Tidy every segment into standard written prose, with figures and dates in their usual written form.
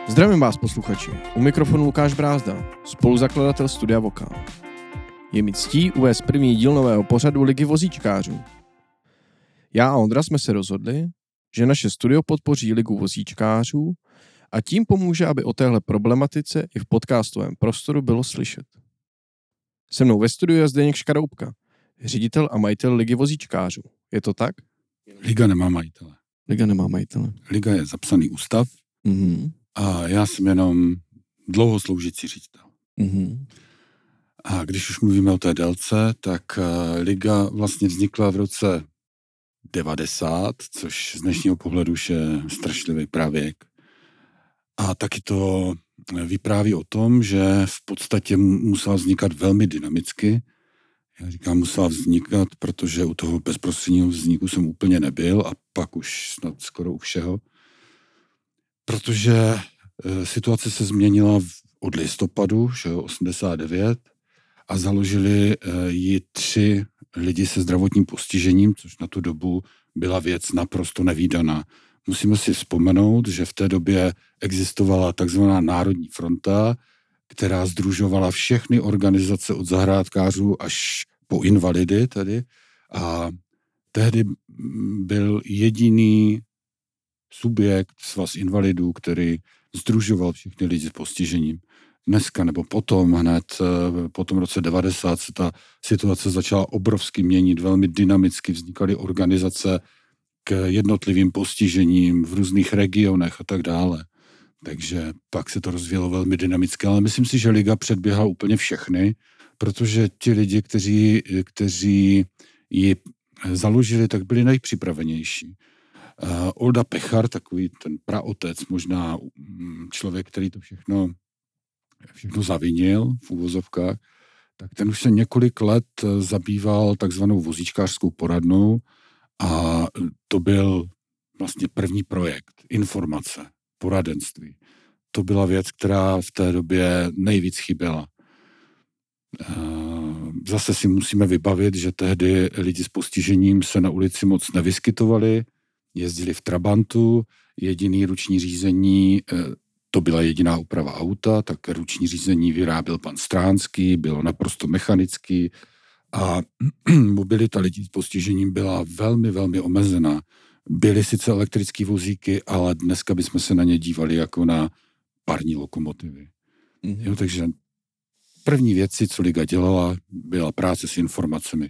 Zdravím vás, posluchači. U mikrofonu Lukáš Brázda, spoluzakladatel Studia Vokál. Je mi ctí uvést první díl nového pořadu Ligy vozíčkářů. Já a Ondra jsme se rozhodli, že naše studio podpoří Ligu vozíčkářů a tím pomůže, aby o téhle problematice i v podcastovém prostoru bylo slyšet. Se mnou ve studiu je Zdeněk Škaroupka, ředitel a majitel Ligy vozíčkářů. Je to tak? Liga nemá majitele. Liga je zapsaný ústav a já jsem jenom dlouhosloužící ředitel. A když už mluvíme o té délce, tak Liga vlastně vznikla v roce 90, což z dnešního pohledu už je strašlivý pravěk. A taky to vypráví o tom, že v podstatě musela vznikat velmi dynamicky. Já říkám, musela vznikat, protože u toho bezprostředního vzniku jsem úplně nebyl a pak už snad skoro u všeho. Protože situace se změnila od listopadu 89 a založili ji 3 lidi se zdravotním postižením, což na tu dobu byla věc naprosto nevídaná. Musíme si vzpomenout, že v té době existovala takzvaná Národní fronta, která sdružovala všechny organizace od zahrádkářů až po invalidy tedy. A tehdy byl jediný subjekt, svaz invalidů, který sdružoval všechny lidi s postižením. Dneska nebo potom, hned po tom roce 90 se ta situace začala obrovsky měnit, velmi dynamicky vznikaly organizace k jednotlivým postižením v různých regionech a tak dále. Takže pak se to rozvíjelo velmi dynamicky, ale myslím si, že Liga předběhla úplně všechny, protože ti lidi, kteří ji založili, tak byli nejpřipravenější. Olda Pechar, takový ten praotec, možná člověk, který to všechno zavinil v uvozovkách, tak ten už se několik let zabýval takzvanou vozíčkářskou poradnou a to byl vlastně první projekt, informace, poradenství. To byla věc, která v té době nejvíc chyběla. Zase si musíme vybavit, že tehdy lidi s postižením se na ulici moc nevyskytovali, jezdili v Trabantu, jediný ruční řízení, to byla jediná úprava auta, tak ruční řízení vyráběl pan Stránský, bylo naprosto mechanický a mobilita lidí s postižením byla velmi, velmi omezená. Byly sice elektrické vozíky, ale dneska bychom se na ně dívali jako na parní lokomotivy. Jo, takže první věci, co Liga dělala, byla práce s informacemi.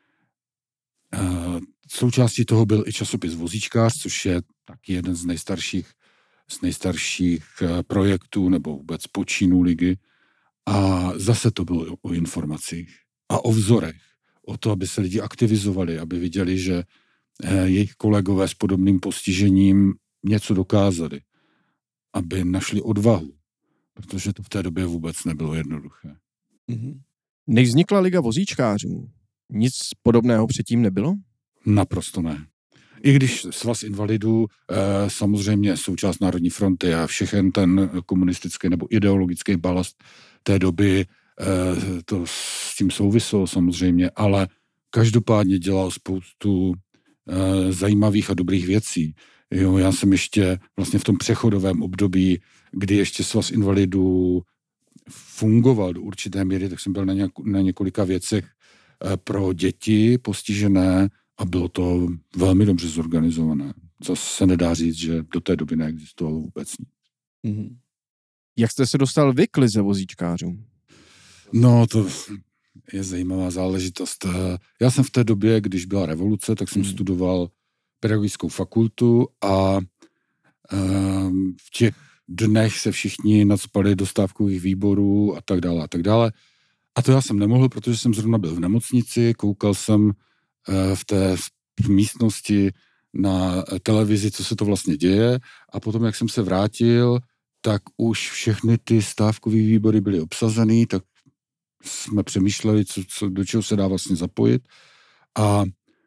Součástí toho byl i časopis Vozíčkář, což je taky jeden z nejstarších projektů nebo vůbec počínů Ligy. A zase to bylo o informacích a o vzorech. O to, aby se lidi aktivizovali, aby viděli, že jejich kolegové s podobným postižením něco dokázali. Aby našli odvahu. Protože to v té době vůbec nebylo jednoduché. Než vznikla Liga vozíčkářů, nic podobného předtím nebylo? Naprosto ne. I když svaz invalidů, samozřejmě součást Národní fronty a všechen ten komunistický nebo ideologický balast té doby, to s tím souviselo samozřejmě, ale každopádně dělal spoustu zajímavých a dobrých věcí. Jo, já jsem ještě vlastně v tom přechodovém období, kdy ještě svaz invalidů fungoval do určité míry, tak jsem byl na několika věcech pro děti postižené a bylo to velmi dobře zorganizované. Co se nedá říct, že do té doby neexistovalo vůbec nic. Jak jste se dostal vy k Lize vozíčkářů? No, to je zajímavá záležitost. Já jsem v té době, když byla revoluce, tak jsem studoval pedagogickou fakultu a v těch dnech se všichni nacpali do stávkových výborů a tak dále a tak dále. A to já jsem nemohl, protože jsem zrovna byl v nemocnici, koukal jsem v té místnosti na televizi, co se to vlastně děje a potom, jak jsem se vrátil, tak už všechny ty stávkové výbory byly obsazený, tak jsme přemýšleli, do čeho se dá vlastně zapojit a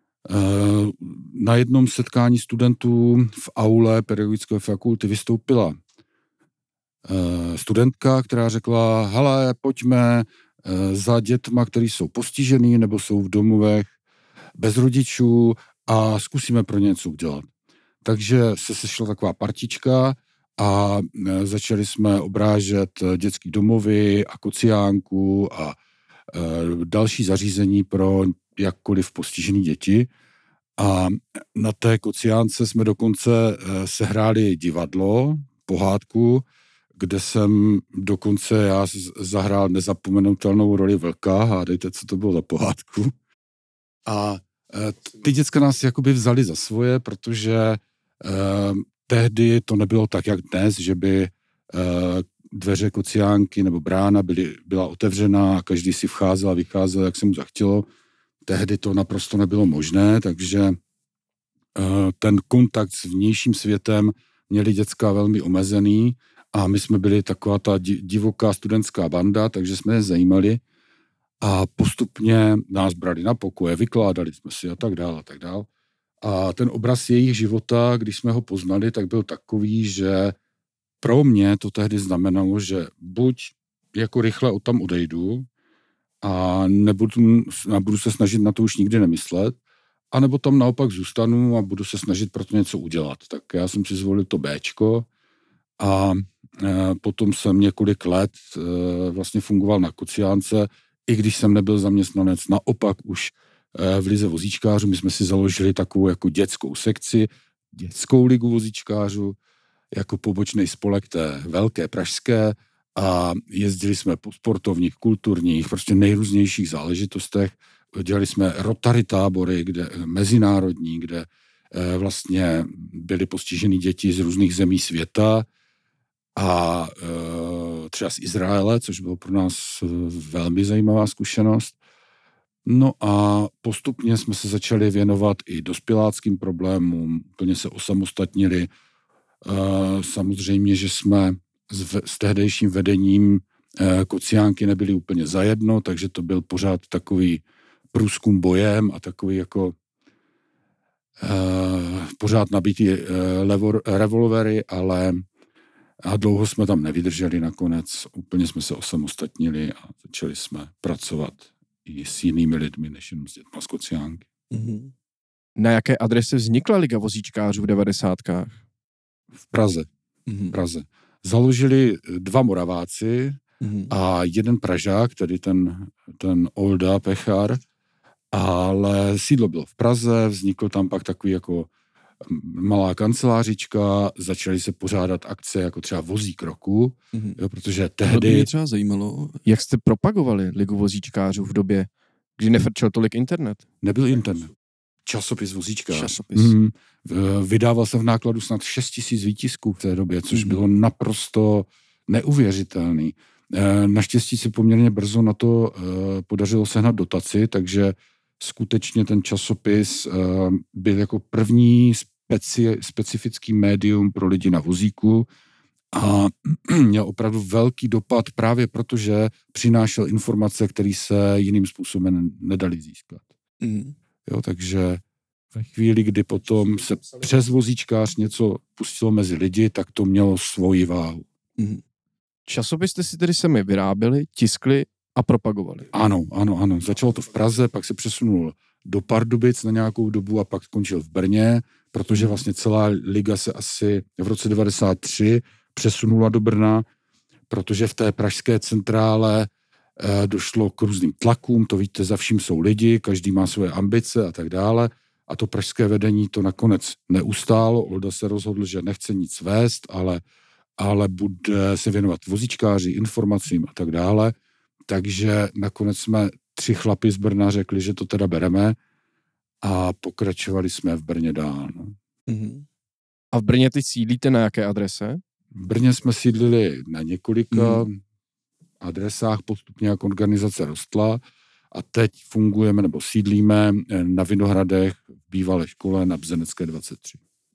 na jednom setkání studentů v aule pedagogické fakulty vystoupila studentka, která řekla, hele, pojďme za dětma, který jsou postižený nebo jsou v domovech bez rodičů a zkusíme pro ně něco udělat. Takže se sešla taková partička a začali jsme obrážet dětský domovy a kociánku a další zařízení pro jakkoliv postižené děti. A na té kociánce jsme dokonce sehráli divadlo, pohádku, kde jsem dokonce já zahrál nezapomenutelnou roli vlka. Hádejte, co to bylo za pohádku. A ty děcka nás jakoby vzali za svoje, protože tehdy to nebylo tak, jak dnes, že by dveře kociánky nebo brána byla otevřená a každý si vcházel a vycházel, jak se mu zachtělo. Tehdy to naprosto nebylo možné, takže ten kontakt s vnějším světem měli děcka velmi omezený a my jsme byli taková ta divoká studentská banda, takže jsme je zajímali a postupně nás brali na pokoje, vykládali jsme si a tak dále a tak dále. A ten obraz jejich života, když jsme ho poznali, tak byl takový, že pro mě to tehdy znamenalo, že buď jako rychle tam odejdu a budu se snažit na to už nikdy nemyslet, anebo tam naopak zůstanu a budu se snažit pro to něco udělat. Tak já jsem si zvolil to Bčko a potom jsem několik let vlastně fungoval na kociánce, i když jsem nebyl zaměstnanec, naopak už v lize vozíčkářů. My jsme si založili takovou jako dětskou sekci, dětskou ligu vozíčkářů, jako pobočný spolek té velké pražské a jezdili jsme po sportovních, kulturních, prostě nejrůznějších záležitostech. Dělali jsme Rotary tábory, mezinárodní, kde vlastně byly postižený děti z různých zemí světa a třeba z Izraele, což bylo pro nás velmi zajímavá zkušenost. No a postupně jsme se začali věnovat i dospěláckým problémům, úplně se osamostatnili. Samozřejmě, že jsme s tehdejším vedením kociánky nebyli úplně zajedno, takže to byl pořád takový průzkum bojem a takový jako pořád nabitý revolvery, ale a dlouho jsme tam nevydrželi nakonec. Úplně jsme se osamostatnili a začali jsme pracovat i s jinými lidmi, než jenom s dětma z kociánky. Mm-hmm. Na jaké adrese vznikla Liga vozíčkářů v 90kách? V Praze. Mm-hmm. V Praze. Založili 2 Moraváci a jeden Pražák, tedy ten Olda Pechar, ale sídlo bylo v Praze, vznikl tam pak takový jako malá kancelářička, začaly se pořádat akce jako třeba Vozík roku, jo, protože tehdy... To by mě třeba zajímalo, jak jste propagovali Ligu vozíčkářů v době, kdy nefrčel tolik internet? Nebyl internet. Časopis Vozíčkář. Časopis. Vydával se v nákladu snad 6 000 výtisků v té době, což bylo naprosto neuvěřitelný. Naštěstí si poměrně brzo na to podařilo sehnat dotaci, takže skutečně ten časopis byl jako první specifický médium pro lidi na vozíku a měl opravdu velký dopad právě proto, že přinášel informace, které se jiným způsobem nedali získat. Jo, takže ve chvíli, kdy potom se přes vozíčkář něco pustilo mezi lidi, tak to mělo svoji váhu. Časopis jste si tedy sami vyráběli, tiskli a propagovali. Ano. Začalo to v Praze, pak se přesunul do Pardubic na nějakou dobu a pak skončil v Brně, protože vlastně celá liga se asi v roce 93 přesunula do Brna, protože v té pražské centrále došlo k různým tlakům, to víte, za vším jsou lidi, každý má svoje ambice a tak dále. A to pražské vedení to nakonec neustálo. Olda se rozhodl, že nechce nic vést, ale bude se věnovat vozíčkáři, informacím a tak dále. Takže nakonec jsme 3 chlapi z Brna řekli, že to teda bereme a pokračovali jsme v Brně dál. No. A v Brně teď sídlíte na jaké adrese? V Brně jsme sídlili na několika adresách, postupně jako organizace rostla a teď fungujeme nebo sídlíme na Vinohradech v bývalé škole na Bzenecké 23.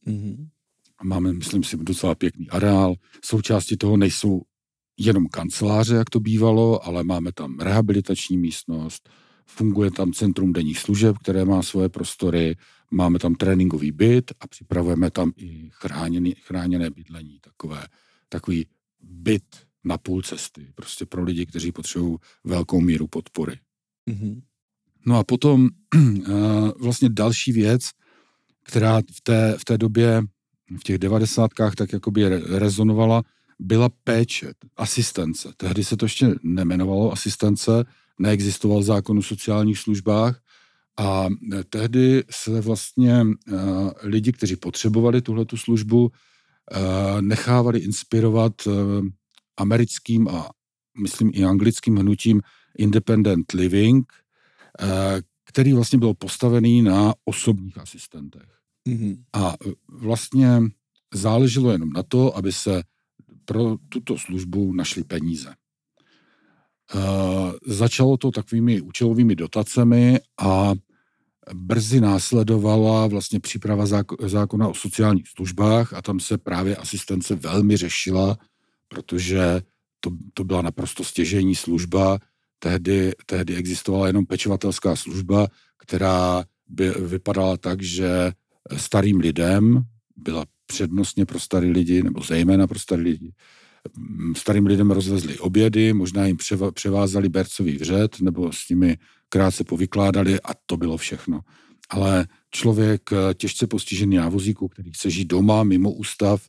Máme, myslím si, docela pěkný areál. Součástí toho nejsou jenom kanceláře, jak to bývalo, ale máme tam rehabilitační místnost, funguje tam centrum denních služeb, které má svoje prostory, máme tam tréninkový byt a připravujeme tam i chráněné bydlení, takový byt na půl cesty, prostě pro lidi, kteří potřebují velkou míru podpory. No a potom vlastně další věc, která v té době v těch 90kách tak jakoby rezonovala, byla péče, asistence. Tehdy se to ještě nemenovalo asistence, neexistoval zákon o sociálních službách a tehdy se vlastně lidi, kteří potřebovali tuhletu službu, nechávali inspirovat americkým a myslím i anglickým hnutím Independent Living, který vlastně byl postavený na osobních asistentech. Mm-hmm. A vlastně záleželo jenom na to, aby se pro tuto službu našly peníze. Začalo to takovými účelovými dotacemi a brzy následovala vlastně příprava zákona o sociálních službách a tam se právě asistence velmi řešila, protože to byla naprosto stěžejní služba. Tehdy existovala jenom pečovatelská služba, která vypadala tak, že starým lidem byla přednostně pro starý lidi, nebo zejména pro starý lidi. Starým lidem rozvezli obědy, možná jim převázali bercový vřet, nebo s nimi krátce povykládali a to bylo všechno. Ale člověk těžce postižený na vozíku, který chce žít doma, mimo ústav,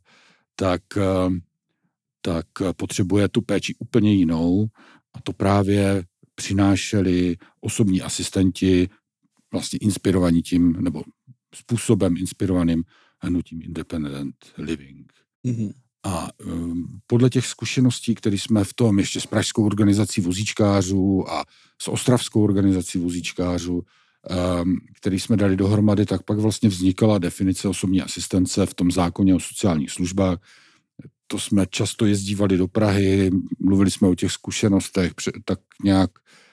tak potřebuje tu péči úplně jinou a to právě přinášeli osobní asistenti vlastně inspirovaní tím, nebo způsobem inspirovaným hnutím Independent Living. Mm-hmm. A podle těch zkušeností, které jsme v tom ještě s pražskou organizací vozíčkářů a s ostravskou organizací vozíčkářů, který jsme dali dohromady, tak pak vlastně vznikala definice osobní asistence v tom zákoně o sociálních službách. To jsme často jezdívali do Prahy, mluvili jsme o těch zkušenostech, tak nějak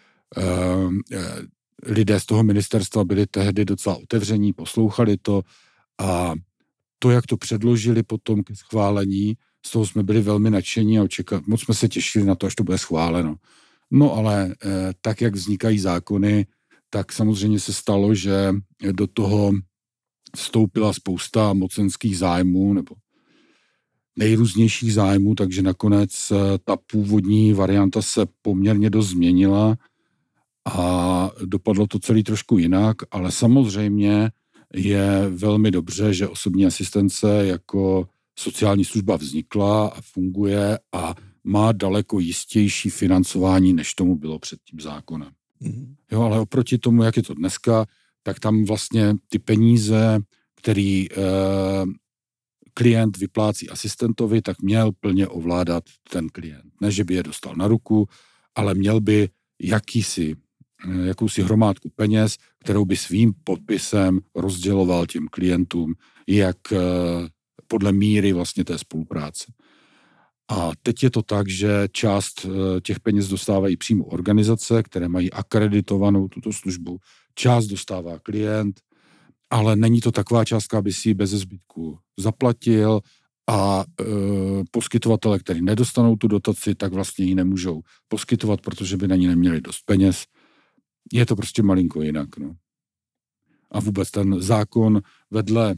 lidé z toho ministerstva byli tehdy docela otevření, poslouchali to a to, jak to předložili potom ke schválení, z toho jsme byli velmi nadšení a moc jsme se těšili na to, až to bude schváleno. No ale tak, jak vznikají zákony, tak samozřejmě se stalo, že do toho vstoupila spousta mocenských zájmů nebo nejrůznějších zájmů, takže nakonec ta původní varianta se poměrně dost změnila a dopadlo to celý trošku jinak, ale samozřejmě je velmi dobře, že osobní asistence jako sociální služba vznikla a funguje a má daleko jistější financování, než tomu bylo před tím zákonem. Mm-hmm. Jo, ale oproti tomu, jak je to dneska, tak tam vlastně ty peníze, který klient vyplácí asistentovi, tak měl plně ovládat ten klient. Ne, že by je dostal na ruku, ale měl by jakousi hromádku peněz, kterou by svým podpisem rozděloval těm klientům, jak podle míry vlastně té spolupráce. A teď je to tak, že část těch peněz dostávají přímo organizace, které mají akreditovanou tuto službu, část dostává klient, ale není to taková částka, aby si ji bez zbytku zaplatil a poskytovatele, kteří nedostanou tu dotaci, tak vlastně ji nemůžou poskytovat, protože by na ní neměli dost peněz. Je to prostě malinko jinak. No. A vůbec ten zákon vedle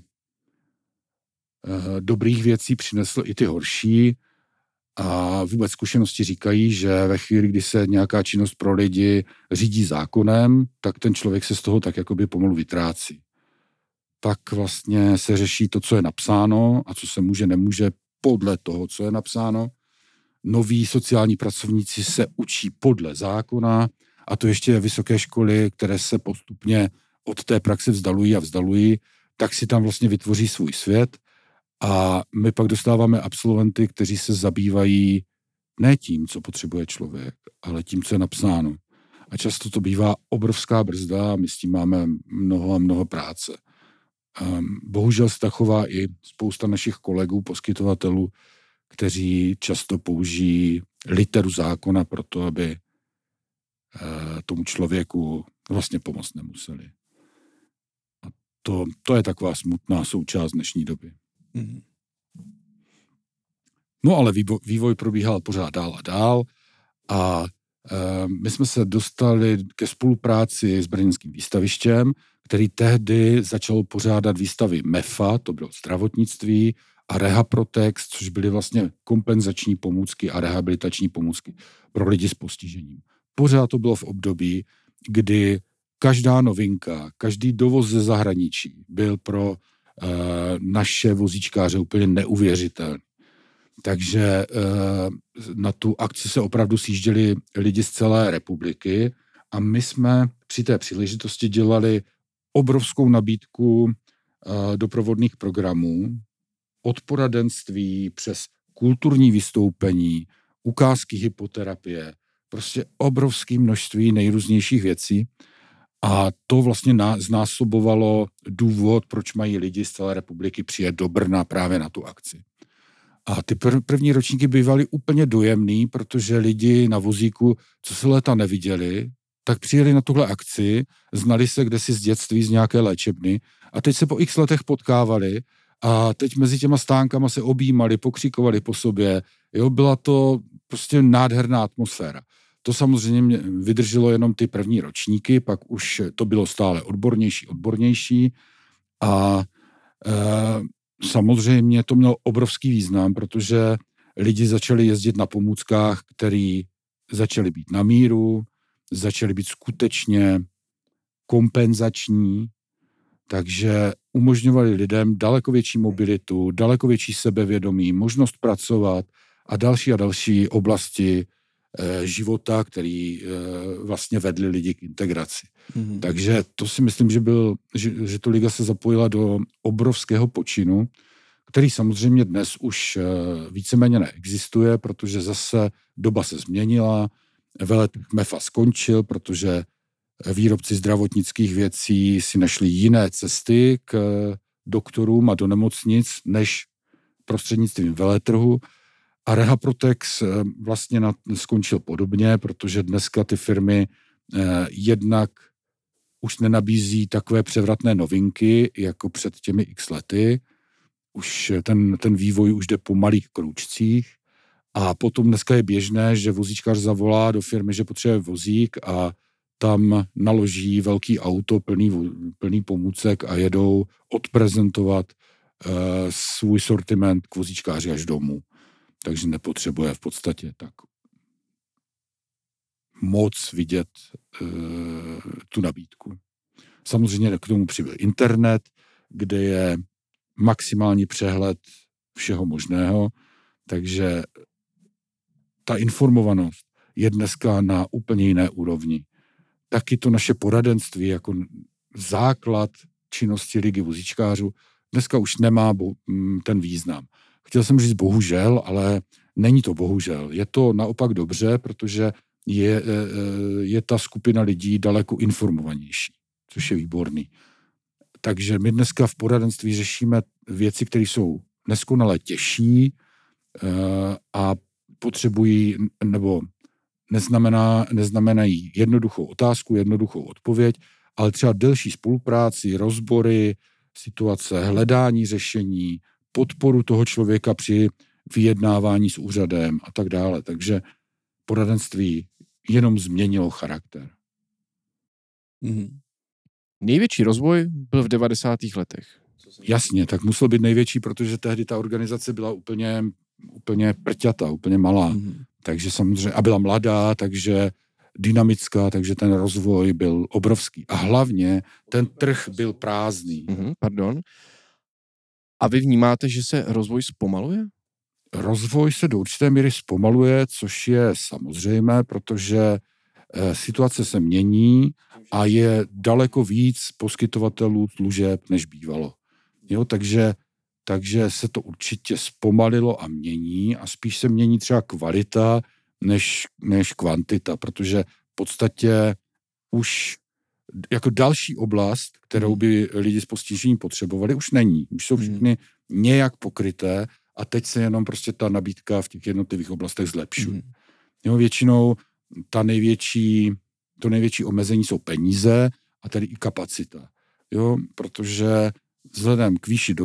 dobrých věcí přinesl i ty horší a vůbec zkušenosti říkají, že ve chvíli, kdy se nějaká činnost pro lidi řídí zákonem, tak ten člověk se z toho tak jakoby pomalu vytrácí. Tak vlastně se řeší to, co je napsáno a co se může, nemůže podle toho, co je napsáno. Noví sociální pracovníci se učí podle zákona a to ještě vysoké školy, které se postupně od té praxe vzdalují, tak si tam vlastně vytvoří svůj svět a my pak dostáváme absolventy, kteří se zabývají ne tím, co potřebuje člověk, ale tím, co je napsáno. A často to bývá obrovská brzda a my s tím máme mnoho práce. Bohužel se chová i spousta našich kolegů, poskytovatelů, kteří často použijí literu zákona pro to, aby tomu člověku vlastně pomoct nemuseli. A to je taková smutná součást dnešní doby. Mm. No ale vývoj probíhal pořád dál a dál a my jsme se dostali ke spolupráci s brněnským výstavištěm, který tehdy začal pořádat výstavy MEFA, to bylo zdravotnictví, a Rehaprotex, což byly vlastně kompenzační pomůcky a rehabilitační pomůcky pro lidi s postižením. Pořád to bylo v období, kdy každá novinka, každý dovoz ze zahraničí byl pro naše vozíčkáře úplně neuvěřitelné. Takže na tu akci se opravdu sjížděli lidi z celé republiky a my jsme při té příležitosti dělali obrovskou nabídku doprovodných programů od poradenství přes kulturní vystoupení, ukázky hypoterapie, prostě obrovské množství nejrůznějších věcí a to vlastně znásobovalo důvod, proč mají lidi z celé republiky přijet do Brna právě na tu akci. A ty první ročníky bývaly úplně dojemný, protože lidi na vozíku, co se léta neviděli, tak přijeli na tuhle akci, znali se kdesi z dětství, z nějaké léčebny a teď se po x letech potkávali a teď mezi těma stánkama se objímali, pokřikovali po sobě. Jo, byla to prostě nádherná atmosféra. To samozřejmě vydrželo jenom ty první ročníky, pak už to bylo stále odbornější a samozřejmě to mělo obrovský význam, protože lidi začali jezdit na pomůckách, které začaly být na míru, začaly být skutečně kompenzační, takže umožňovali lidem daleko větší mobilitu, daleko větší sebevědomí, možnost pracovat a další oblasti života, který vlastně vedli lidi k integraci. Mm-hmm. Takže to si myslím, že to liga se zapojila do obrovského počinu, který samozřejmě dnes už víceméně neexistuje, protože zase doba se změnila, veletrh MEFA skončil, protože výrobci zdravotnických věcí si našli jiné cesty k doktorům a do nemocnic, než prostřednictvím veletrhu. A Rehaprotex vlastně skončil podobně, protože dneska ty firmy jednak už nenabízí takové převratné novinky, jako před těmi x lety. Už ten vývoj už jde po malých krůčcích. A potom dneska je běžné, že vozíčkář zavolá do firmy, že potřebuje vozík a tam naloží velký auto plný pomůcek a jedou odprezentovat svůj sortiment k vozíčkáři až domů. Takže nepotřebuje v podstatě tak moc vidět tu nabídku. Samozřejmě k tomu přibyl internet, kde je maximální přehled všeho možného, takže ta informovanost je dneska na úplně jiné úrovni. Taky to naše poradenství jako základ činnosti ligy vozíčkářů dneska už nemá ten význam. Chtěl jsem říct bohužel, ale není to bohužel. Je to naopak dobře, protože je ta skupina lidí daleko informovanější, což je výborný. Takže my dneska v poradenství řešíme věci, které jsou neskonale a potřebují, nebo neznamenají jednoduchou otázku, jednoduchou odpověď, ale třeba delší spolupráci, rozbory, situace, hledání řešení, podporu toho člověka při vyjednávání s úřadem a tak dále. Takže poradenství jenom změnilo charakter. Mm. Největší rozvoj byl v 90. letech. Jasně, tak musel být největší, protože tehdy ta organizace byla úplně prťata, úplně malá. Mm. Takže samozřejmě, a byla mladá, takže dynamická, takže ten rozvoj byl obrovský. A hlavně ten trh byl prázdný. Pardon. A vy vnímáte, že se rozvoj zpomaluje? Rozvoj se do určité míry zpomaluje, což je samozřejmé, protože situace se mění a je daleko víc poskytovatelů služeb, než bývalo. Jo, takže se to určitě zpomalilo a mění a spíš se mění třeba kvalita než kvantita, protože v podstatě už jako další oblast, kterou by lidi s postižením potřebovali, už není. Už jsou všechny nějak pokryté a teď se jenom prostě ta nabídka v těch jednotlivých oblastech zlepšuje. Jo, většinou to největší omezení jsou peníze a tedy i kapacita. Jo, protože vzhledem k výši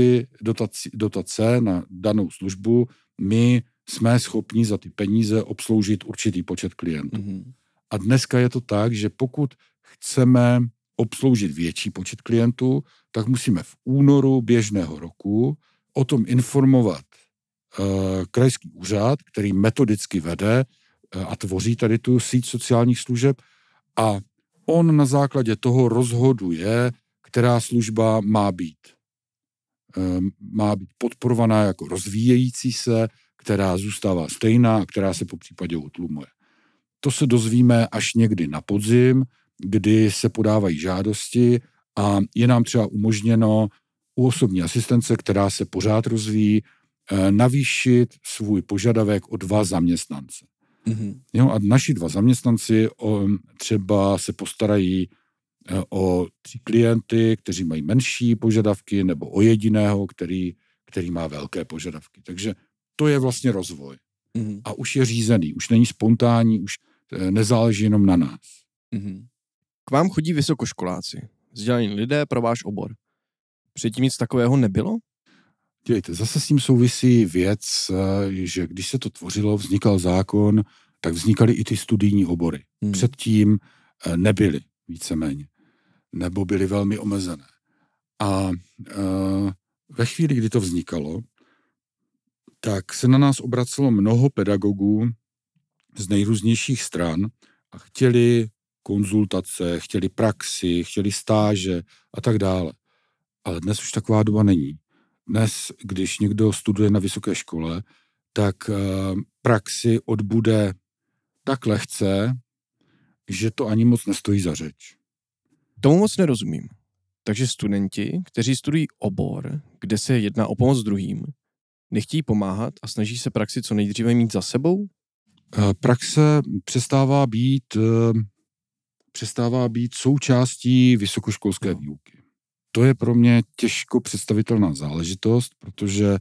dotace na danou službu, my jsme schopni za ty peníze obsloužit určitý počet klientů. A dneska je to tak, že pokud chceme obsloužit větší počet klientů, tak musíme v únoru běžného roku o tom informovat krajský úřad, který metodicky vede a tvoří tady tu síť sociálních služeb a on na základě toho rozhoduje, která služba má být má být podporovaná jako rozvíjející se, která zůstává stejná a která se po případě utlumuje. To se dozvíme až někdy na podzim, kdy se podávají žádosti a je nám třeba umožněno u osobní asistence, která se pořád rozvíjí, navýšit svůj požadavek o 2 zaměstnance. Mm-hmm. Jo, a naši 2 zaměstnanci třeba se postarají o 3 klienty, kteří mají menší požadavky, nebo o jediného, který má velké požadavky. Takže to je vlastně rozvoj. Mm-hmm. A už je řízený, už není spontánní, už nezáleží jenom na nás. Mm-hmm. K vám chodí vysokoškoláci, vzdělaní lidé pro váš obor. Předtím nic takového nebylo? Dělejte, zase s tím souvisí věc, že když se to tvořilo, vznikal zákon, tak vznikaly i ty studijní obory. Předtím nebyly víceméně, nebo byly velmi omezené. A ve chvíli, kdy to vznikalo, tak se na nás obracelo mnoho pedagogů z nejrůznějších stran a chtěli konzultace, chtěli praxi, chtěli stáže a tak dále. Ale dnes už taková doba není. Dnes, když někdo studuje na vysoké škole, tak praxi odbude tak lehce, že to ani moc nestojí za řeč. Tomu moc nerozumím. Takže studenti, kteří studují obor, kde se jedná o pomoc druhým, nechtějí pomáhat a snaží se praxi co nejdříve mít za sebou? Praxe přestává být součástí vysokoškolské výuky. To je pro mě těžko představitelná záležitost, protože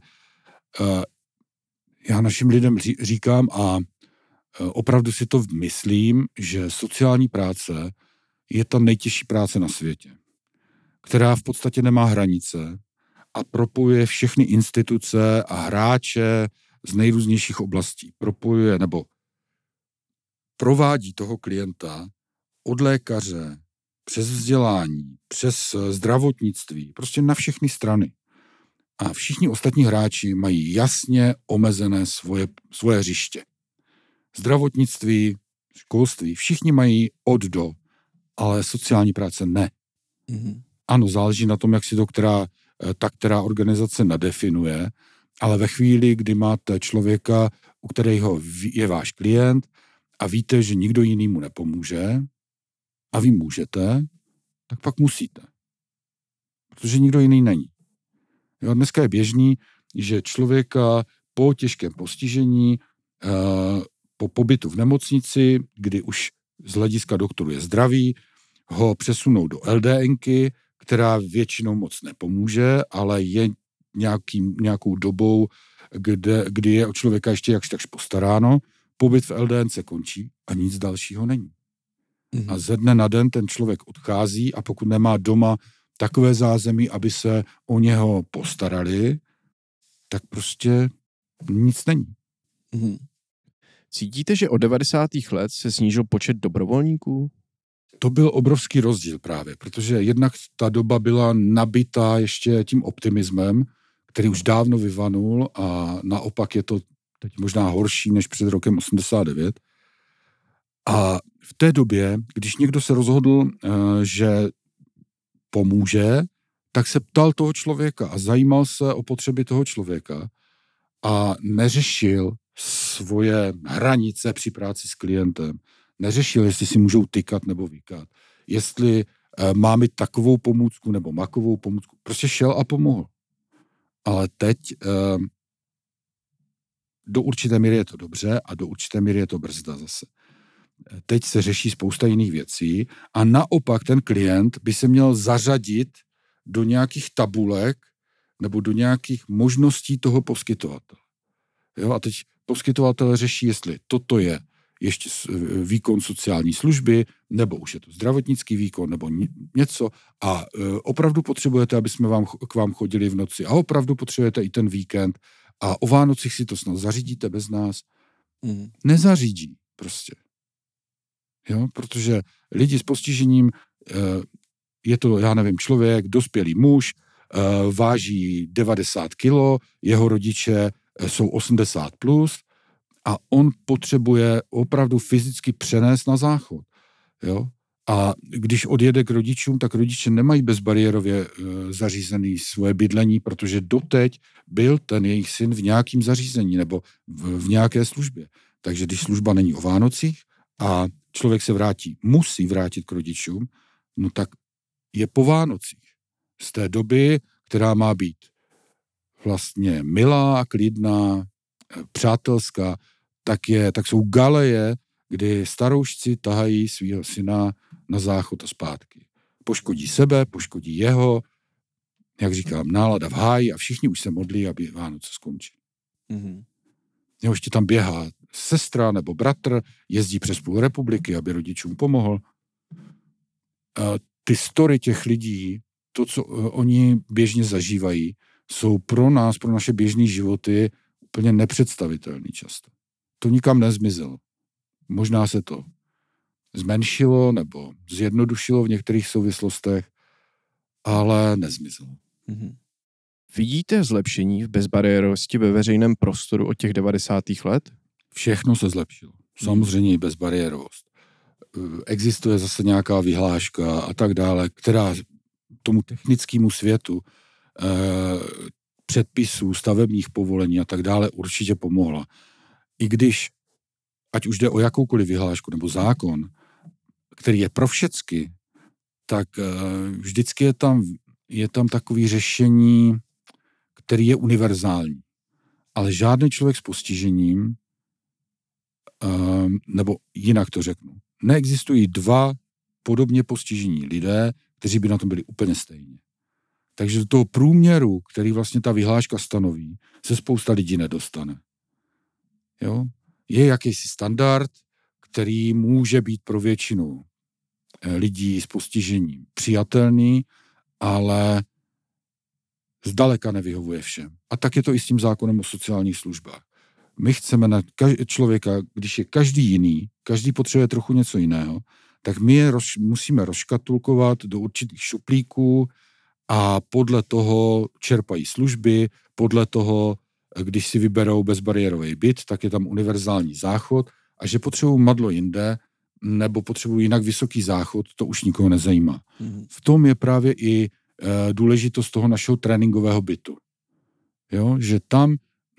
já našim lidem říkám a opravdu si to myslím, že sociální práce je ta nejtěžší práce na světě, která v podstatě nemá hranice a propojuje všechny instituce a hráče z nejrůznějších oblastí. Propojuje nebo provádí toho klienta od lékaře, přes vzdělání, přes zdravotnictví, prostě na všechny strany. A všichni ostatní hráči mají jasně omezené svoje hřiště. Zdravotnictví, školství, všichni mají od do, ale sociální práce ne. Mm-hmm. Ano, záleží na tom, jak si to která organizace nadefinuje, ale ve chvíli, kdy máte člověka, u kterého je váš klient a víte, že nikdo jiný mu nepomůže a vy můžete, tak pak musíte. Protože nikdo jiný není. Jo, dneska je běžný, že člověka po těžkém postižení, po pobytu v nemocnici, kdy už z hlediska doktoru je zdravý, ho přesunou do LDNky, která většinou moc nepomůže, ale je nějakou dobou, kdy je o člověka ještě jakž takž postaráno, pobyt v LDNce končí a nic dalšího není. Mm-hmm. A ze dne na den ten člověk odchází a pokud nemá doma takové zázemí, aby se o něho postarali, tak prostě nic není. Mm-hmm. Cítíte, že od 90. let se snížil počet dobrovolníků? To byl obrovský rozdíl právě, protože jednak ta doba byla nabitá ještě tím optimismem, který už dávno vyvanul a naopak je to teď možná horší než před rokem 89. A v té době, když někdo se rozhodl, že pomůže, tak se ptal toho člověka a zajímal se o potřeby toho člověka a neřešil svoje hranice při práci s klientem. Neřešil, jestli si můžou tykat nebo vykat. Jestli má mít takovou pomůcku nebo makovou pomůcku. Prostě šel a pomohl. Ale teď do určité míry je to dobře a do určité míry je to brzda zase. Teď se řeší spousta jiných věcí a naopak ten klient by se měl zařadit do nějakých tabulek nebo do nějakých možností toho poskytovatele. Jo, a teď poskytovatel řeší, jestli toto je ještě výkon sociální služby, nebo už je to zdravotnický výkon, nebo něco. A opravdu potřebujete, aby jsme k vám chodili v noci. A opravdu potřebujete i ten víkend. A o Vánocích si to snad zařídíte bez nás. Nezařídí prostě. Jo, protože lidi s postižením, je to, já nevím, člověk, dospělý muž, váží 90 kilo, jeho rodiče jsou 80 plus a on potřebuje opravdu fyzicky přenést na záchod. Jo? A když odjede k rodičům, tak rodiče nemají bezbariérově zařízený svoje bydlení, protože doteď byl ten jejich syn v nějakém zařízení nebo v nějaké službě. Takže když služba není o Vánocích a člověk se musí vrátit k rodičům, no tak je po Vánocích. Z té doby, která má být vlastně milá, klidná, přátelská, tak jsou galeje, kdy staroušci tahají svého syna na záchod a zpátky. Poškodí sebe, poškodí jeho, jak říkám, nálada v háji a všichni už se modlí, aby Vánoce skončily. Mm-hmm. Ještě tam běhá sestra nebo bratr, jezdí přes půl republiky, aby rodičům pomohl. A ty story těch lidí, to, co oni běžně zažívají, jsou pro nás, pro naše běžné životy úplně nepředstavitelný často. To nikam nezmizelo. Možná se to zmenšilo nebo zjednodušilo v některých souvislostech, ale nezmizelo. Mm-hmm. Vidíte zlepšení v bezbariérovosti ve veřejném prostoru od těch 90. let? Všechno se zlepšilo. Samozřejmě i bezbariérovost. Existuje zase nějaká vyhláška a tak dále, která tomu technickému světu předpisů, stavebních povolení a tak dále určitě pomohla. I když, ať už jde o jakoukoliv vyhlášku nebo zákon, který je pro všecky, tak vždycky je tam takový řešení, který je univerzální. Ale žádný člověk s postižením, nebo jinak to řeknu, neexistují dva podobně postižení lidé, kteří by na tom byli úplně stejně. Takže do toho průměru, který vlastně ta vyhláška stanoví, se spousta lidí nedostane. Jo? Je jakýsi standard, který může být pro většinu lidí s postižením přijatelný, ale zdaleka nevyhovuje všem. A tak je to i s tím zákonem o sociálních službách. My chceme na člověka, když je každý jiný, každý potřebuje trochu něco jiného, tak my je musíme rozškatulkovat do určitých šuplíků a podle toho čerpají služby, podle toho, když si vyberou bezbariérový byt, tak je tam univerzální záchod a že potřebují madlo jinde nebo potřebují jinak vysoký záchod, to už nikoho nezajímá. V tom je právě i důležitost toho našeho tréninkového bytu. Jo? Že tam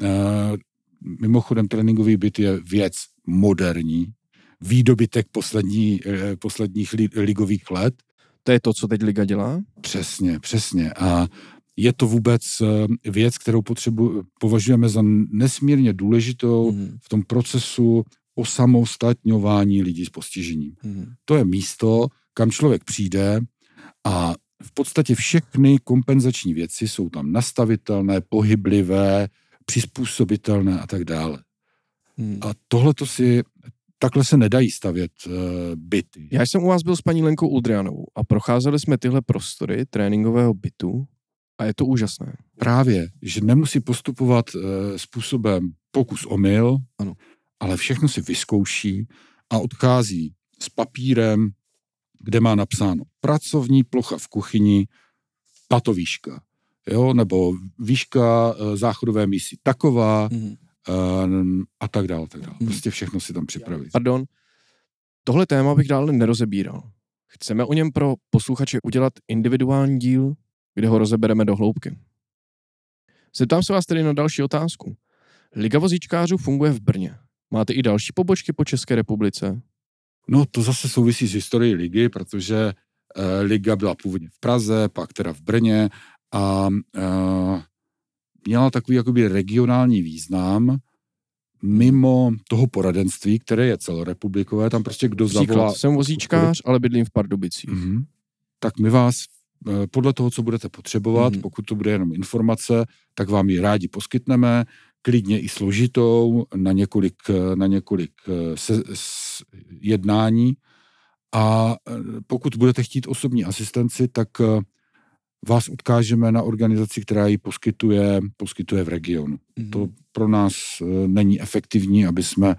mimochodem tréninkový byt je věc moderní, výdobytek posledních ligových let. To je to, co teď liga dělá? Přesně. A je to vůbec věc, kterou považujeme za nesmírně důležitou v tom procesu osamostatňování lidí s postižením. To je místo, kam člověk přijde a v podstatě všechny kompenzační věci jsou tam nastavitelné, pohyblivé, přizpůsobitelné a tak dále. A takhle se nedají stavět byty. Já jsem u vás byl s paní Lenkou Uldrianovou a procházeli jsme tyhle prostory tréninkového bytu a je to úžasné. Právě, že nemusí postupovat způsobem pokus omyl, ano. Ale všechno si vyzkouší a odchází s papírem, kde má napsáno pracovní plocha v kuchyni, tato výška. Jo? Nebo výška záchodové mísy taková a tak dále. Prostě všechno si tam připravit. Pardon, tohle téma bych dále nerozebíral. Chceme o něm pro posluchače udělat individuální díl, kde ho rozebereme do hloubky. Zeptám se vás tedy na další otázku. Liga vozíčkářů funguje v Brně. Máte i další pobočky po České republice? No to zase souvisí s historií ligy, protože liga byla původně v Praze, pak teda v Brně a měla takový jakoby regionální význam mimo toho poradenství, které je celorepublikové, tam prostě kdo zavolá... Jsem vozíčkář, ale bydlím v Pardubicích. Tak my vás podle toho, co budete potřebovat, pokud to bude jenom informace, tak vám ji rádi poskytneme, klidně i složitou na několik jednání. A pokud budete chtít osobní asistenci, tak vás odkážeme na organizaci, která ji poskytuje v regionu. To pro nás není efektivní, aby jsme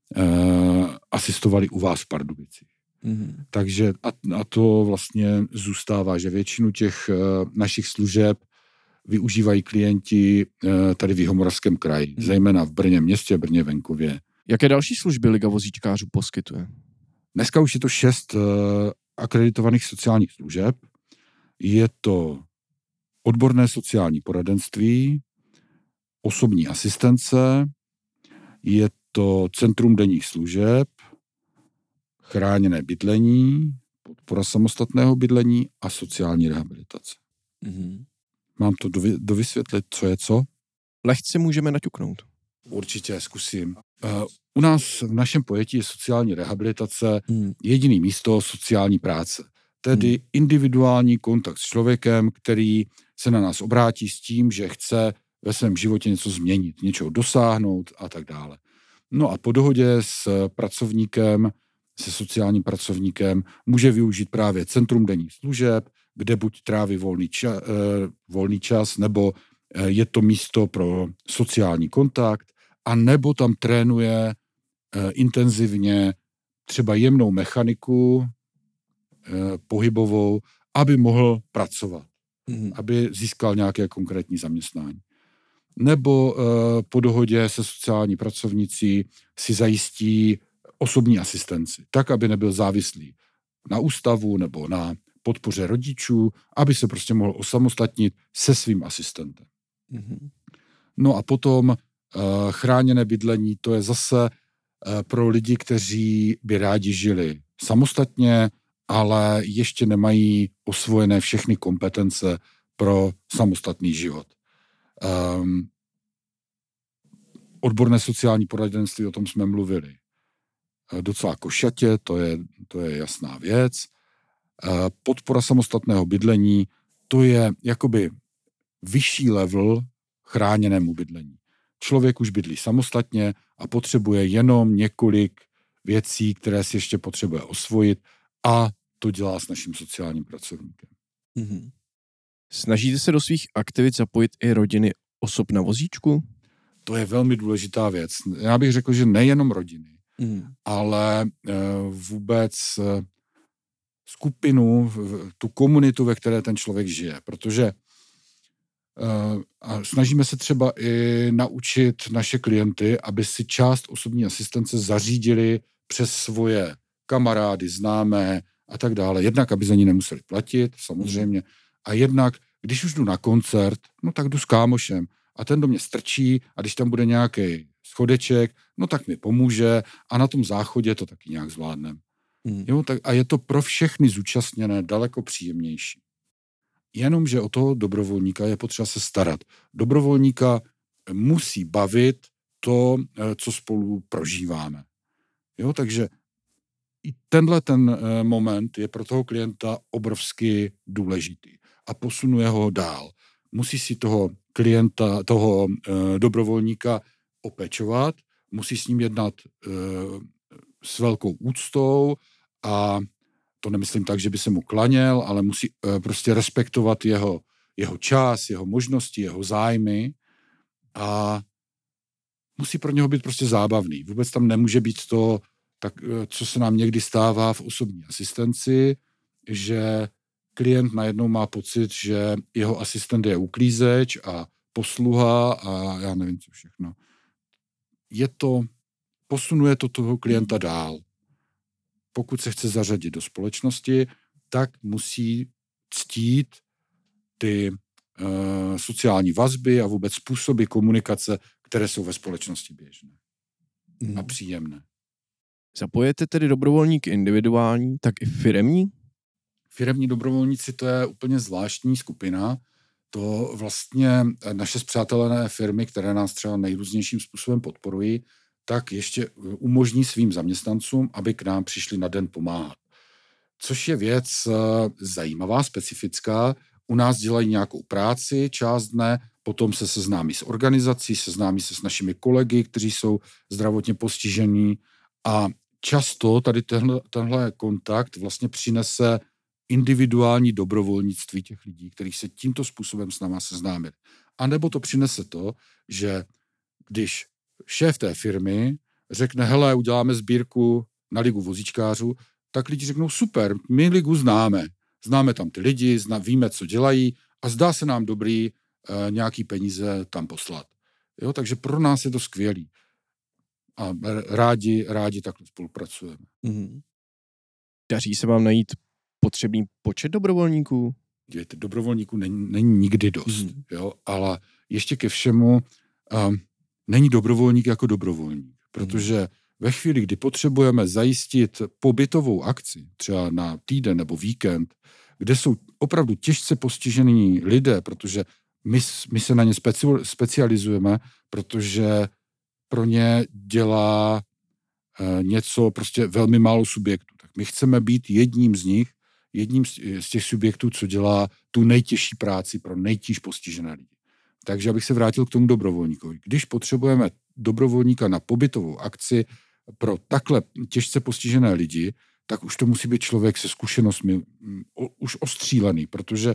asistovali u vás v Pardubicích. Takže a to vlastně zůstává, že většinu těch našich služeb využívají klienti tady v Jihomoravském kraji, zejména v Brně městě, Brně venkově. Jaké další služby Liga vozíčkářů poskytuje? Dneska už je to 6 akreditovaných sociálních služeb. Je to odborné sociální poradenství, osobní asistence, je to centrum denních služeb, chráněné bydlení, podpora samostatného bydlení a sociální rehabilitace. Mm-hmm. Mám to dovysvětlit, co je co? Lehce můžeme naťuknout. Určitě, zkusím. U nás v našem pojetí je sociální rehabilitace jediný místo sociální práce. Tedy individuální kontakt s člověkem, který se na nás obrátí s tím, že chce ve svém životě něco změnit, něčeho dosáhnout a tak dále. No a po dohodě s pracovníkem, se sociálním pracovníkem, může využít právě centrum denních služeb, kde buď tráví volný čas, nebo je to místo pro sociální kontakt, a nebo tam trénuje intenzivně třeba jemnou mechaniku pohybovou, aby mohl pracovat, aby získal nějaké konkrétní zaměstnání. Nebo po dohodě se sociální pracovnicí si zajistí osobní asistenci, tak, aby nebyl závislý na ústavu nebo na podpoře rodičů, aby se prostě mohl osamostatnit se svým asistentem. No a potom chráněné bydlení, to je zase pro lidi, kteří by rádi žili samostatně, ale ještě nemají osvojené všechny kompetence pro samostatný život. Odborné sociální poradenství, o tom jsme mluvili docela košatě, to je jasná věc. Podpora samostatného bydlení, to je jakoby vyšší level chráněnému bydlení. Člověk už bydlí samostatně a potřebuje jenom několik věcí, které si ještě potřebuje osvojit, a to dělá s naším sociálním pracovníkem. Mm-hmm. Snažíte se do svých aktivit zapojit i rodiny osob na vozíčku? To je velmi důležitá věc. Já bych řekl, že nejenom rodiny, ale vůbec skupinu, tu komunitu, ve které ten člověk žije. Protože a snažíme se třeba i naučit naše klienty, aby si část osobní asistence zařídili přes svoje kamarády, známé a tak dále. Jednak, aby za ní nemuseli platit, samozřejmě. A jednak, když už jdu na koncert, no tak jdu s kámošem a ten do mě strčí, a když tam bude nějaký schodeček, no tak mi pomůže a na tom záchodě to taky nějak zvládnem. Jo, tak, a je to pro všechny zúčastněné daleko příjemnější. Jenomže o toho dobrovolníka je potřeba se starat. Dobrovolníka musí bavit to, co spolu prožíváme. Jo, takže i tenhle ten moment je pro toho klienta obrovsky důležitý a posunuje ho dál. Musí si toho klienta, toho dobrovolníka opečovat, musí s ním jednat s velkou úctou, a to nemyslím tak, že by se mu klaněl, ale musí prostě respektovat jeho čas, jeho možnosti, jeho zájmy, a musí pro něho být prostě zábavný. Vůbec tam nemůže být to, tak, co se nám někdy stává v osobní asistenci, že klient najednou má pocit, že jeho asistent je uklízeč a posluha a já nevím, co všechno. Posunuje to toho klienta dál. Pokud se chce zařadit do společnosti, tak musí ctít ty sociální vazby a vůbec způsoby komunikace, které jsou ve společnosti běžné a příjemné. Zapojete tedy dobrovolníky individuální, tak i firemní? Firemní dobrovolníci, to je úplně zvláštní skupina. To vlastně naše spřátelené firmy, které nás třeba nejrůznějším způsobem podporují, tak ještě umožní svým zaměstnancům, aby k nám přišli na den pomáhat. Což je věc zajímavá, specifická. U nás dělají nějakou práci část dne, potom se seznámí s organizací, seznámí se s našimi kolegy, kteří jsou zdravotně postižení, a často tady tenhle kontakt vlastně přinese individuální dobrovolnictví těch lidí, kteří se tímto způsobem s náma seznámili. A nebo to přinese to, že když šéf té firmy řekne, hele, uděláme sbírku na ligu vozíčkářů, tak lidi řeknou, super, my ligu známe tam ty lidi, víme, co dělají, a zdá se nám dobrý nějaký peníze tam poslat. Jo, takže pro nás je to skvělý. A rádi takhle spolupracujeme. Daří se vám najít potřebný počet dobrovolníků? Dívejte, dobrovolníků není nikdy dost, jo? Ale ještě ke všemu není dobrovolník jako dobrovolník, protože ve chvíli, kdy potřebujeme zajistit pobytovou akci, třeba na týden nebo víkend, kde jsou opravdu těžce postižení lidé, protože my se na ně specializujeme, protože pro ně dělá něco prostě velmi málo subjektů. Tak my chceme být jedním z těch subjektů, co dělá tu nejtěžší práci pro nejtíž postižené lidi. Takže abych se vrátil k tomu dobrovolníkovi. Když potřebujeme dobrovolníka na pobytovou akci pro takhle těžce postižené lidi, tak už to musí být člověk se zkušenostmi už ostřílený, protože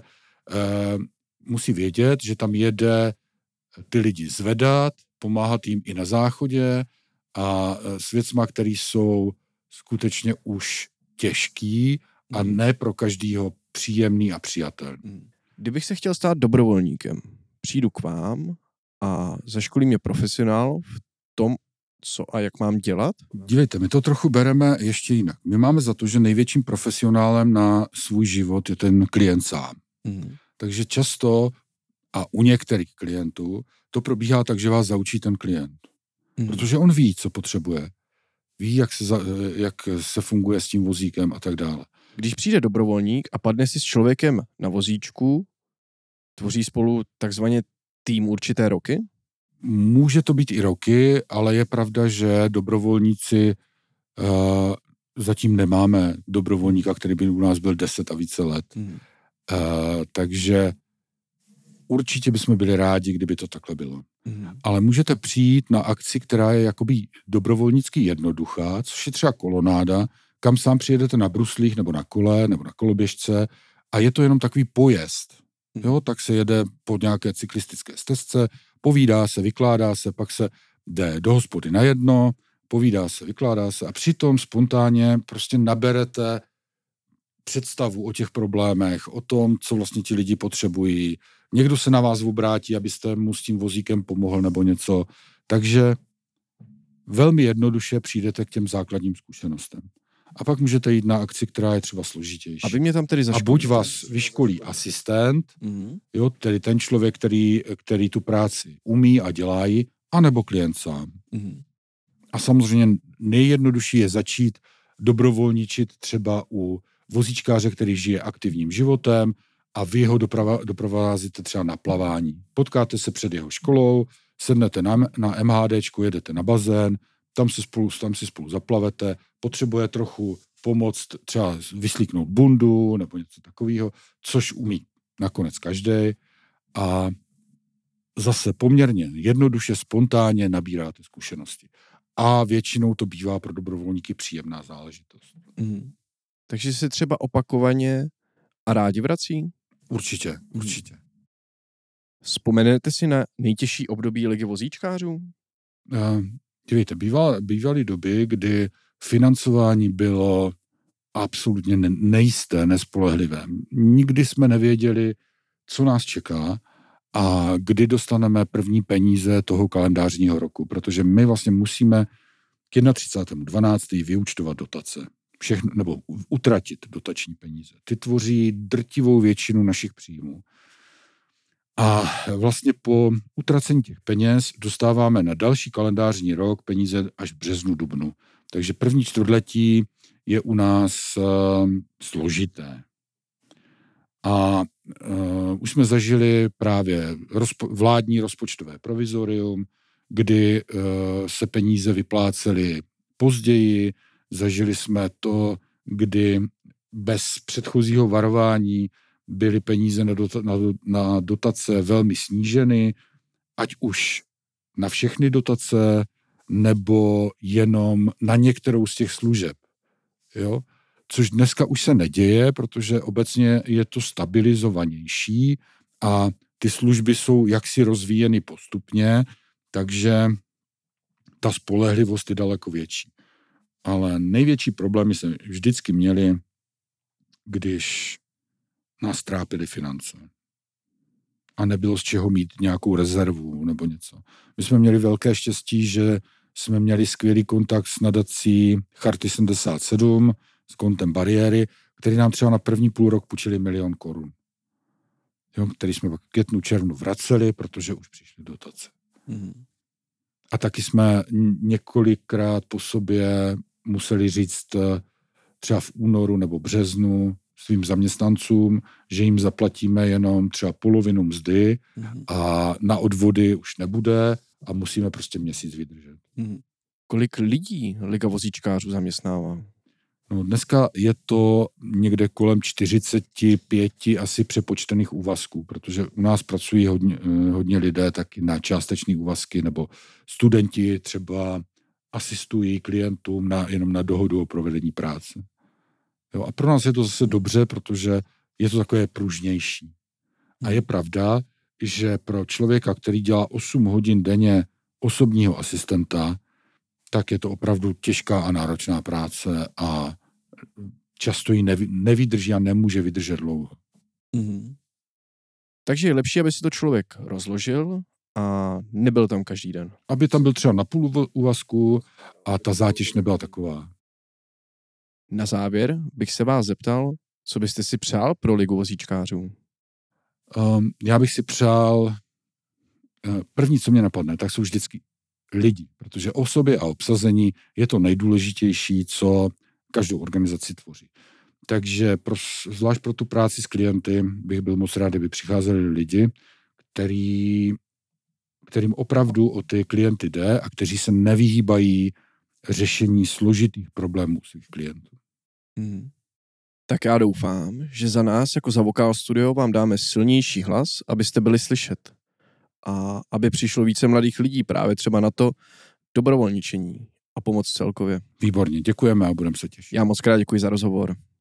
musí vědět, že tam jede ty lidi zvedat, pomáhat jim i na záchodě a s věcma, které jsou skutečně už těžký a ne pro každýho příjemný a přijatelný. Kdybych se chtěl stát dobrovolníkem, přijdu k vám a zaškolí mě profesionál v tom, co a jak mám dělat? Dívejte, my to trochu bereme ještě jinak. My máme za to, že největším profesionálem na svůj život je ten klient sám. Takže často a u některých klientů to probíhá tak, že vás zaučí ten klient. Protože on ví, co potřebuje. Ví, jak se funguje s tím vozíkem a tak dále. Když přijde dobrovolník a padne si s člověkem na vozíčku, tvoří spolu takzvaně tým určité roky? Může to být i roky, ale je pravda, že dobrovolníci zatím nemáme dobrovolníka, který by u nás byl 10 a více let. Takže určitě bychom byli rádi, kdyby to takhle bylo. Ale můžete přijít na akci, která je jakoby dobrovolnicky jednoduchá, což je třeba kolonáda, kam sám přijedete na bruslích nebo na kole nebo na koloběžce a je to jenom takový pojezd. Jo, tak se jede po nějaké cyklistické stezce, povídá se, vykládá se, pak se jde do hospody na jedno, povídá se, vykládá se a přitom spontánně prostě naberete představu o těch problémech, o tom, co vlastně ti lidi potřebují. Někdo se na vás obrátí, abyste mu s tím vozíkem pomohl nebo něco. Takže velmi jednoduše přijdete k těm základním zkušenostem. A pak můžete jít na akci, která je třeba složitější. A vy mě tam tedy zaškolíte. A buď vás vyškolí asistent, jo, tedy ten člověk, který tu práci umí a dělá ji, anebo klient sám. A samozřejmě nejjednodušší je začít dobrovolničit třeba u vozíčkáře, který žije aktivním životem a vy ho doprovázíte třeba na plavání. Potkáte se před jeho školou, sednete na MHDčku, jedete na bazén, tam si spolu zaplavete, potřebuje trochu pomoct třeba vyslíknout bundu nebo něco takového, což umí nakonec každý a zase poměrně jednoduše, spontánně nabíráte zkušenosti. A většinou to bývá pro dobrovolníky příjemná záležitost. Takže se třeba opakovaně a rádi vrací? Určitě. Vzpomenete si na nejtěžší období ligy vozíčkářů? Dívejte, bývaly doby, kdy financování bylo absolutně nejisté, nespolehlivé. Nikdy jsme nevěděli, co nás čeká a kdy dostaneme první peníze toho kalendářního roku, protože my vlastně musíme k 31.12. vyúčtovat dotace. Všechno, nebo utratit dotační peníze. Ty tvoří drtivou většinu našich příjmů. A vlastně po utracení těch peněz dostáváme na další kalendářní rok peníze až v březnu, dubnu. Takže první čtvrtletí je u nás složité. A už jsme zažili právě vládní rozpočtové provizorium, kdy se peníze vyplácely později. Zažili jsme to, kdy bez předchozího varování byly peníze na dotace velmi sníženy, ať už na všechny dotace, nebo jenom na některou z těch služeb. Jo? Což dneska už se neděje, protože obecně je to stabilizovanější a ty služby jsou jaksi rozvíjeny postupně, takže ta spolehlivost je daleko větší. Ale největší problémy jsme vždycky měli, když nás trápily finance. A nebylo z čeho mít nějakou rezervu nebo něco. My jsme měli velké štěstí, že jsme měli skvělý kontakt s nadací Charty 77, s Kontem bariéry, který nám třeba na první půl rok půjčili 1 000 000 korun. Jo, který jsme pak v květnu, červnu vraceli, protože už přišly dotace. A taky jsme několikrát po sobě museli říct třeba v únoru nebo březnu svým zaměstnancům, že jim zaplatíme jenom třeba polovinu mzdy a na odvody už nebude a musíme prostě měsíc vydržet. Kolik lidí Liga vozíčkářů zaměstnává? No, dneska je to někde kolem 45 asi přepočtených úvazků, protože u nás pracují hodně lidé taky na částečné úvazky, nebo studenti třeba asistují klientům jenom na dohodu o provedení práce. Jo, a pro nás je to zase dobře, protože je to takové pružnější. A je pravda, že pro člověka, který dělá 8 hodin denně osobního asistenta, tak je to opravdu těžká a náročná práce a často ji nevydrží a nemůže vydržet dlouho. Takže je lepší, aby si to člověk rozložil a nebyl tam každý den. Aby tam byl třeba na půl úvazku a ta zátěž nebyla taková. Na závěr bych se vás zeptal, co byste si přál pro Ligu vozíčkářů? Já bych si přál, první, co mě napadne, tak jsou vždycky lidi, protože osoby a obsazení je to nejdůležitější, co každou organizaci tvoří. Takže zvlášť pro tu práci s klienty bych byl moc rád, kdyby přicházeli lidi, kterým opravdu o ty klienty jde a kteří se nevyhýbají řešení složitých problémů svých klientů. Tak já doufám, že za nás jako za Vokál Studio vám dáme silnější hlas, abyste byli slyšet. A aby přišlo více mladých lidí právě třeba na to dobrovolničení a pomoc celkově. Výborně, děkujeme a budeme se těšit. Já moc krát děkuji za rozhovor.